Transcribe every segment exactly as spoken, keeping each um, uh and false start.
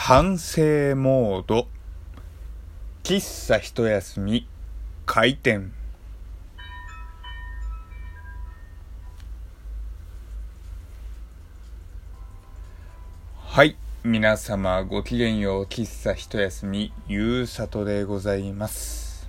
反省モード、喫茶一休み開店。はい、皆様ごきげんよう。喫茶一休みゆうさとでございます。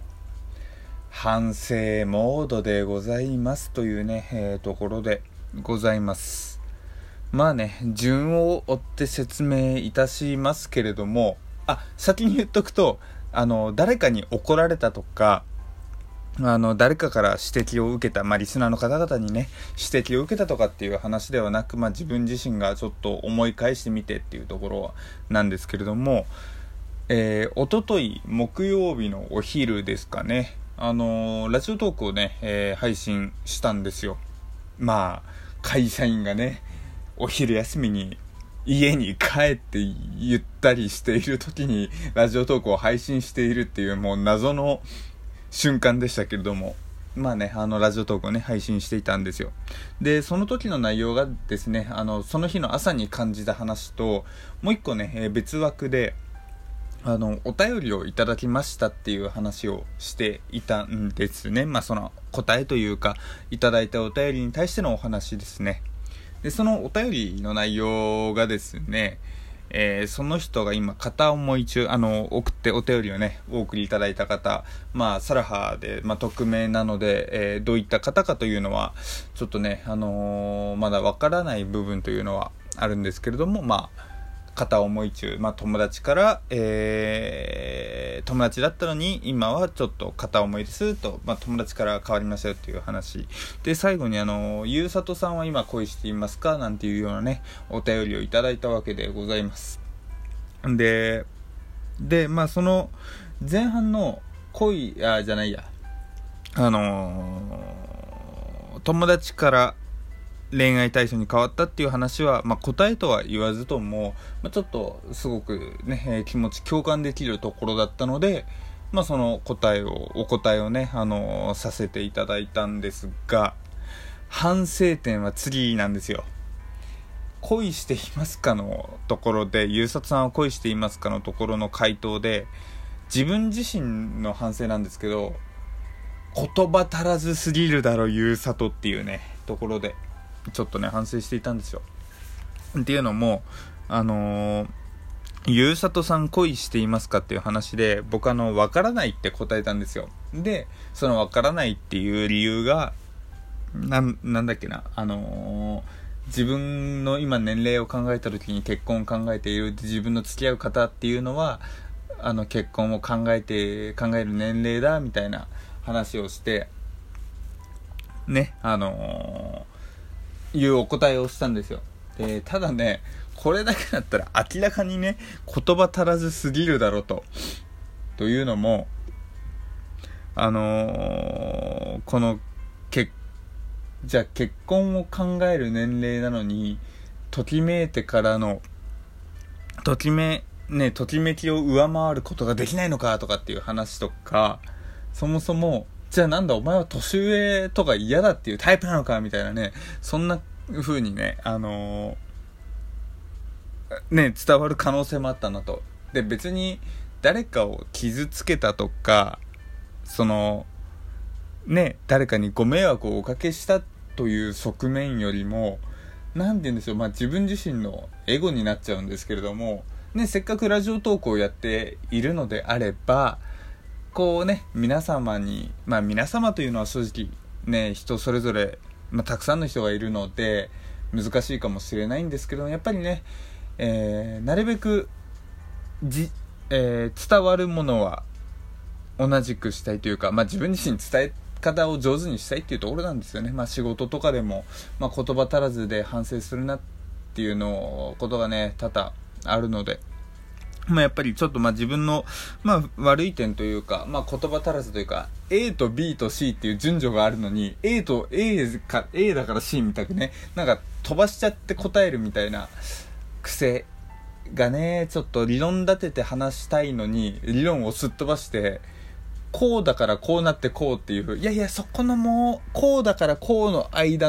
反省モードでございますというね、えー、ところでございます。まあね、順を追って説明いたしますけれども、あ、先に言っとくと、あの誰かに怒られたとか、あの誰かから指摘を受けた、まあリスナーの方々にね指摘を受けたとかっていう話ではなく、まあ自分自身がちょっと思い返してみてっていうところなんですけれども、えー、おととい木曜日のお昼ですかね、あのー、ラジオトークをね、えー、配信したんですよ。まあ会社員がねお昼休みに家に帰ってゆったりしている時にラジオトークを配信しているっていう、もう謎の瞬間でしたけれども、まあね、あのラジオトークをね配信していたんですよ。でその時の内容がですね、あのその日の朝に感じた話と、もう一個ね、えー、別枠であのお便りをいただきましたっていう話をしていたんですね。まあその答えというか、いただいたお便りに対してのお話ですね。でそのお便りの内容がですね、えー、その人が今片思い中、あの送ってお便りをねお送りいただいた方、まあサラハで、まあ、匿名なので、えー、どういった方かというのはちょっとね、あのー、まだわからない部分というのはあるんですけれども、まあ片思い中、まあ、友達から、えー、友達だったのに今はちょっと片思いですと、まあ、友達から変わりましたよっていう話で、最後にあのゆうさとさんは今恋していますかなんていうようなねお便りをいただいたわけでございます。ででまあその前半の恋あじゃないやあのー、友達から恋愛対象に変わったっていう話は、まあ、答えとは言わずとも、まあ、ちょっとすごくね、えー、気持ち共感できるところだったので、まあ、その答えをお答えをね、あのー、させていただいたんですが、反省点は次なんですよ。恋していますかのところで、ゆうさとさんは恋していますかのところの回答で、自分自身の反省なんですけど、言葉足らずすぎるだろゆうさとっていうねところでちょっとね反省していたんですよ。っていうのも、あのー、ゆうさとさん恋していますかっていう話で、僕あのわからないって答えたんですよ。でそのわからないっていう理由がな ん, なんだっけなあのー、自分の今年齢を考えた時に結婚を考えている、自分の付き合う方っていうのはあの結婚を考えて考える年齢だみたいな話をしてね、あのーいうお答えをしたんですよ。でただね、これだけだったら明らかにね言葉足らずすぎるだろうとというのも、あのー、このけじゃあ結婚を考える年齢なのに、ときめいてからのときめねときめきを上回ることができないのかとかっていう話とか、そもそもじゃあなんだお前は年上とか嫌だっていうタイプなのかみたいなね、そんな風にねあのー、ね伝わる可能性もあったなと。で別に誰かを傷つけたとか、そのね誰かにご迷惑をおかけしたという側面よりも、なんて言うんでしょう、まあ自分自身のエゴになっちゃうんですけれどもね、せっかくラジオトークをやっているのであれば、こうね皆様に、まあ皆様というのは正直ね人それぞれ、まあ、たくさんの人がいるので難しいかもしれないんですけど、やっぱりね、えー、なるべくじ、えー、伝わるものは同じくしたいというか、まあ自分自身伝え方を上手にしたいっていうところなんですよね。まあ仕事とかでも、まあ、言葉足らずで反省するなっていうのことがね多々あるので、まあ、やっぱりちょっとまあ自分のまあ悪い点というか、まあ言葉足らずというか、 A と B と C っていう順序があるのに A と A か A だから C みたくね、なんか飛ばしちゃって答えるみたいな癖がね、ちょっと理論立てて話したいのに理論をすっ飛ばして、こうだからこうなってこうっていう、いやいやそこのもうこうだからこうの間の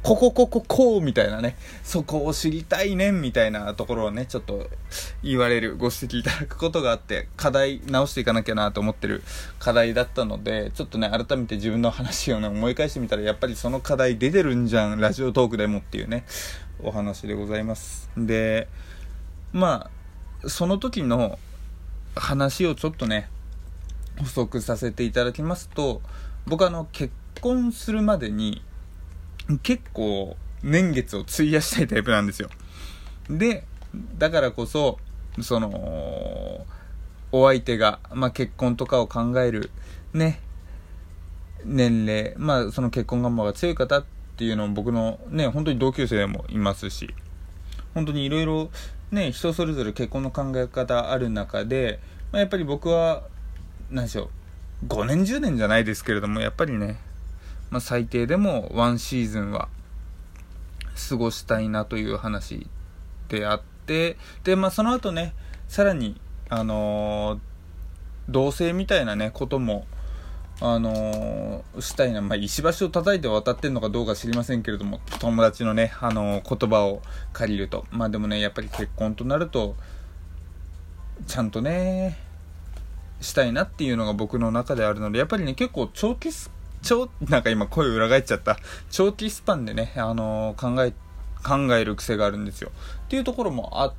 こここここうみたいなね、そこを知りたいねんみたいなところをねちょっと言われる、ご指摘いただくことがあって、課題直していかなきゃなと思ってる課題だったので、ちょっとね改めて自分の話をね思い返してみたら、やっぱりその課題出てるんじゃんラジオトークでもっていうねお話でございます。でまあその時の話をちょっとね補足させていただきますと、僕はあの結婚するまでに結構年月を費やしたいタイプなんですよ。でだからこそそのお相手が、まあ、結婚とかを考えるね年齢、まあその結婚願望が強い方っていうのも僕のね本当に同級生でもいますし、本当にいろいろね人それぞれ結婚の考え方ある中で、まあ、やっぱり僕は何でしょうごねんじゅうねんじゃないですけれども、やっぱりね、まあ、最低でもワンシーズンは過ごしたいなという話であって、でまあその後ねさらにあのー、同棲みたいなねこともあのー、したいな、まあ、石橋を叩いて渡ってんのかどうか知りませんけれども、友達のね、あのー、言葉を借りると、まあでもねやっぱり結婚となるとちゃんとねしたいなっていうのが僕の中であるので、やっぱりね結構長期ス長なんか今声裏返っちゃった長期スパンでね、あのー、考え考える癖があるんですよっていうところもあって、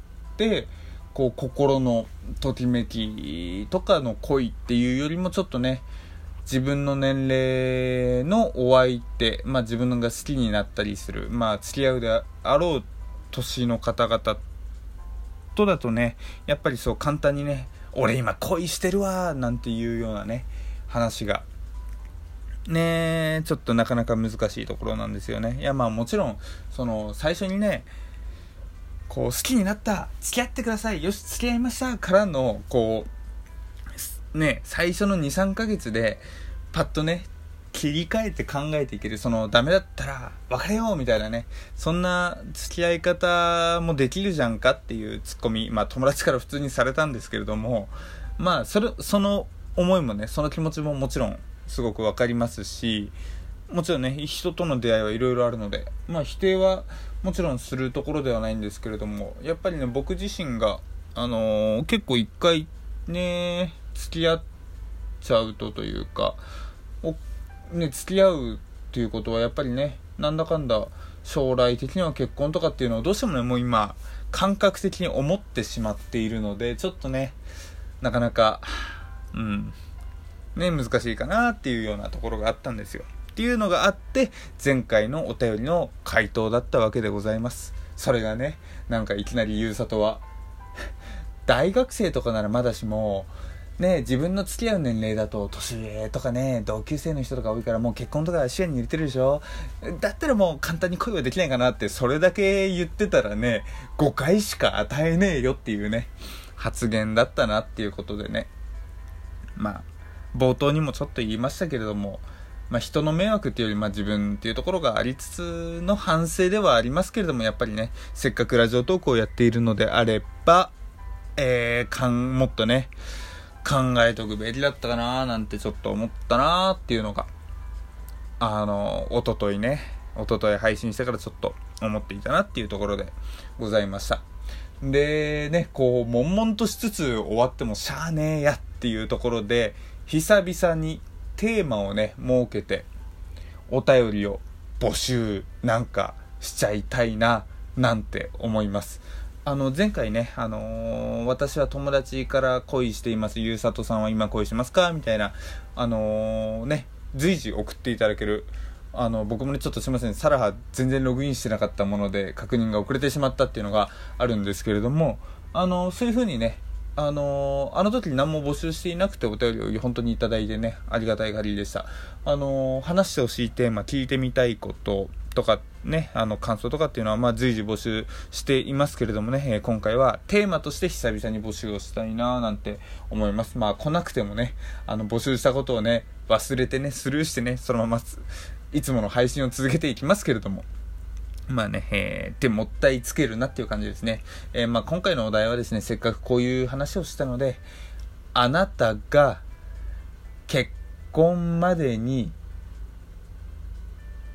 こう心のときめきとかの恋っていうよりもちょっとね自分の年齢のお相手、まあ自分が好きになったりする、まあ付き合うであろう年の方々とだとね、やっぱりそう簡単にね俺今恋してるわなんていうようなね話がねちょっとなかなか難しいところなんですよね。いやまあもちろんその最初にねこう好きになった付き合ってくださいよし付き合いましたからのこうね最初の にさんかげつでパッとね切り替えて考えていける、そのダメだったら別れようみたいなね、そんな付き合い方もできるじゃんかっていうツッコミ、まあ友達から普通にされたんですけれども、まあそれその思いもねその気持ちももちろんすごくわかりますし、もちろんね人との出会いはいろいろあるので、まあ否定はもちろんするところではないんですけれども、やっぱりね僕自身があのー、結構一回ね付き合っちゃうとというかお、ね、付き合うっていうことはやっぱりねなんだかんだ将来的には結婚とかっていうのをどうしてもねもう今感覚的に思ってしまっているので、ちょっとねなかなかうんね難しいかなっていうようなところがあったんですよっていうのがあって、前回のお便りの回答だったわけでございます。それがねなんかいきなりゆうさとは大学生とかならまだしもね自分の付き合う年齢だと年上とかね同級生の人とか多いからもう結婚とか視野に入れてるでしょ、だったらもう簡単に恋はできないかなってそれだけ言ってたらね誤解しか与えねえよっていうね発言だったなっていうことでね、まあ冒頭にもちょっと言いましたけれども、まあ、人の迷惑っていうよりまあ自分っていうところがありつつの反省ではありますけれども、やっぱりねせっかくラジオトークをやっているのであれば、えー、かんもっとね考えとくべきだったかななんてちょっと思ったなっていうのがあの一昨日ね一昨日配信してからちょっと思っていたなっていうところでございました。でねこう悶々としつつ終わってもしゃあねえやっていうところで久々にテーマをね設けてお便りを募集なんかしちゃいたいななんて思います。あの前回ね、あのー、私は友達から恋していますゆうさとさんは今恋しますかみたいなあのー、ね随時送っていただける、あの僕もねちょっとすいませんサラハ全然ログインしてなかったもので確認が遅れてしまったっていうのがあるんですけれども、あのー、そういう風にねあのー、あの時何も募集していなくてお便りを本当にいただいてねありがたい限りでした。あのー、話してほしいテーマ聞いてみたいこととかねあの感想とかっていうのはまあ随時募集していますけれどもね、えー、今回はテーマとして久々に募集をしたいななんて思います。まあ来なくてもねあの募集したことをね忘れてねスルーしてねそのままいつもの配信を続けていきますけれども、まあね、えー、でもったいつけるなっていう感じですね。えー、まあ今回のお題はですね、せっかくこういう話をしたので、あなたが結婚までに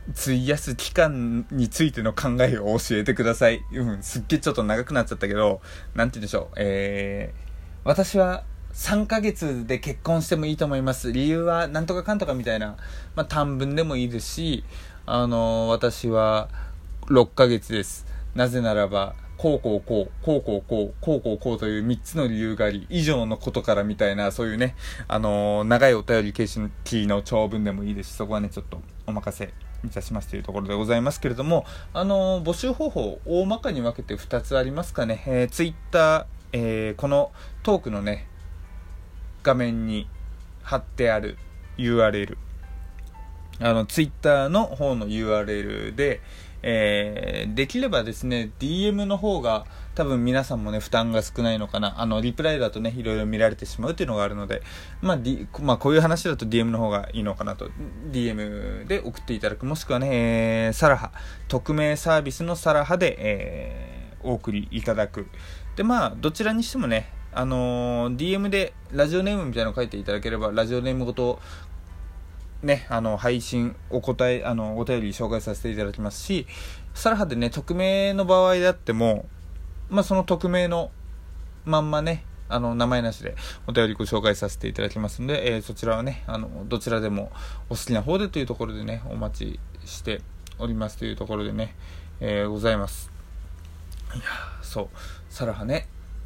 費やす期間についての考えを教えてください。うん、すっげえちょっと長くなっちゃったけど、なんて言うんでしょう。えー、私はさんかげつで結婚してもいいと思います。理由はなんとかかんとかみたいな、まあ短文でもいいですし、あのー、私はろっかげつです。なぜならば、こうこうこう、こうこうこう、こうこうこうというみっつの理由があり、以上のことからみたいな、そういうね、あのー、長いお便り形式の長文でもいいですし、そこはね、ちょっとお任せいたしますというところでございますけれども、あのー、募集方法、大まかに分けてふたつありますかね。えー、ツイッター、えー、このトークのね、画面に貼ってある ユーアールエル、あのツイッターの方の ユーアールエル で、えー、できればですね ディーエム の方が多分皆さんもね負担が少ないのかな。あのリプライだとねいろいろ見られてしまうっていうのがあるので、まあ、D、まあこういう話だと ディーエム の方がいいのかなと。 ディーエム で送っていただく、もしくはね、えー、サラハ匿名サービスのサラハで、えー、お送りいただく。でまあどちらにしてもね、あのー、ディーエム でラジオネームみたいなのを書いていただければラジオネームごとね、あの配信お答えあのお便り紹介させていただきますし、サラハでね匿名の場合であっても、まあ、その匿名のまんまね、あの名前なしでお便りご紹介させていただきますので、えー、そちらはねあのどちらでもお好きな方でというところでねお待ちしておりますというところでね、えー、ございます。いやそうサラハね、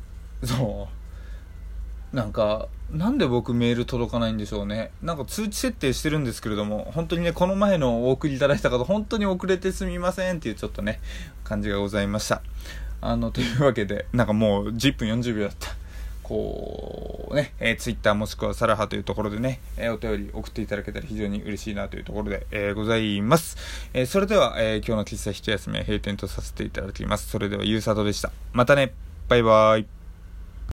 そうなんかなんで僕メール届かないんでしょうね。なんか通知設定してるんですけれども、本当にねこの前のお送りいただいた方本当に遅れてすみませんっていうちょっとね感じがございました。あのというわけでなんかもうじゅっぷんよんじゅうびょうだった。こうね、えー、ツイッターもしくはサラハというところでね、えー、お便り送っていただけたら非常に嬉しいなというところで、えー、ございます。えー、それでは、えー、今日の喫茶一休みは閉店とさせていただきます。それではゆうさとでした。またね、バイバイ。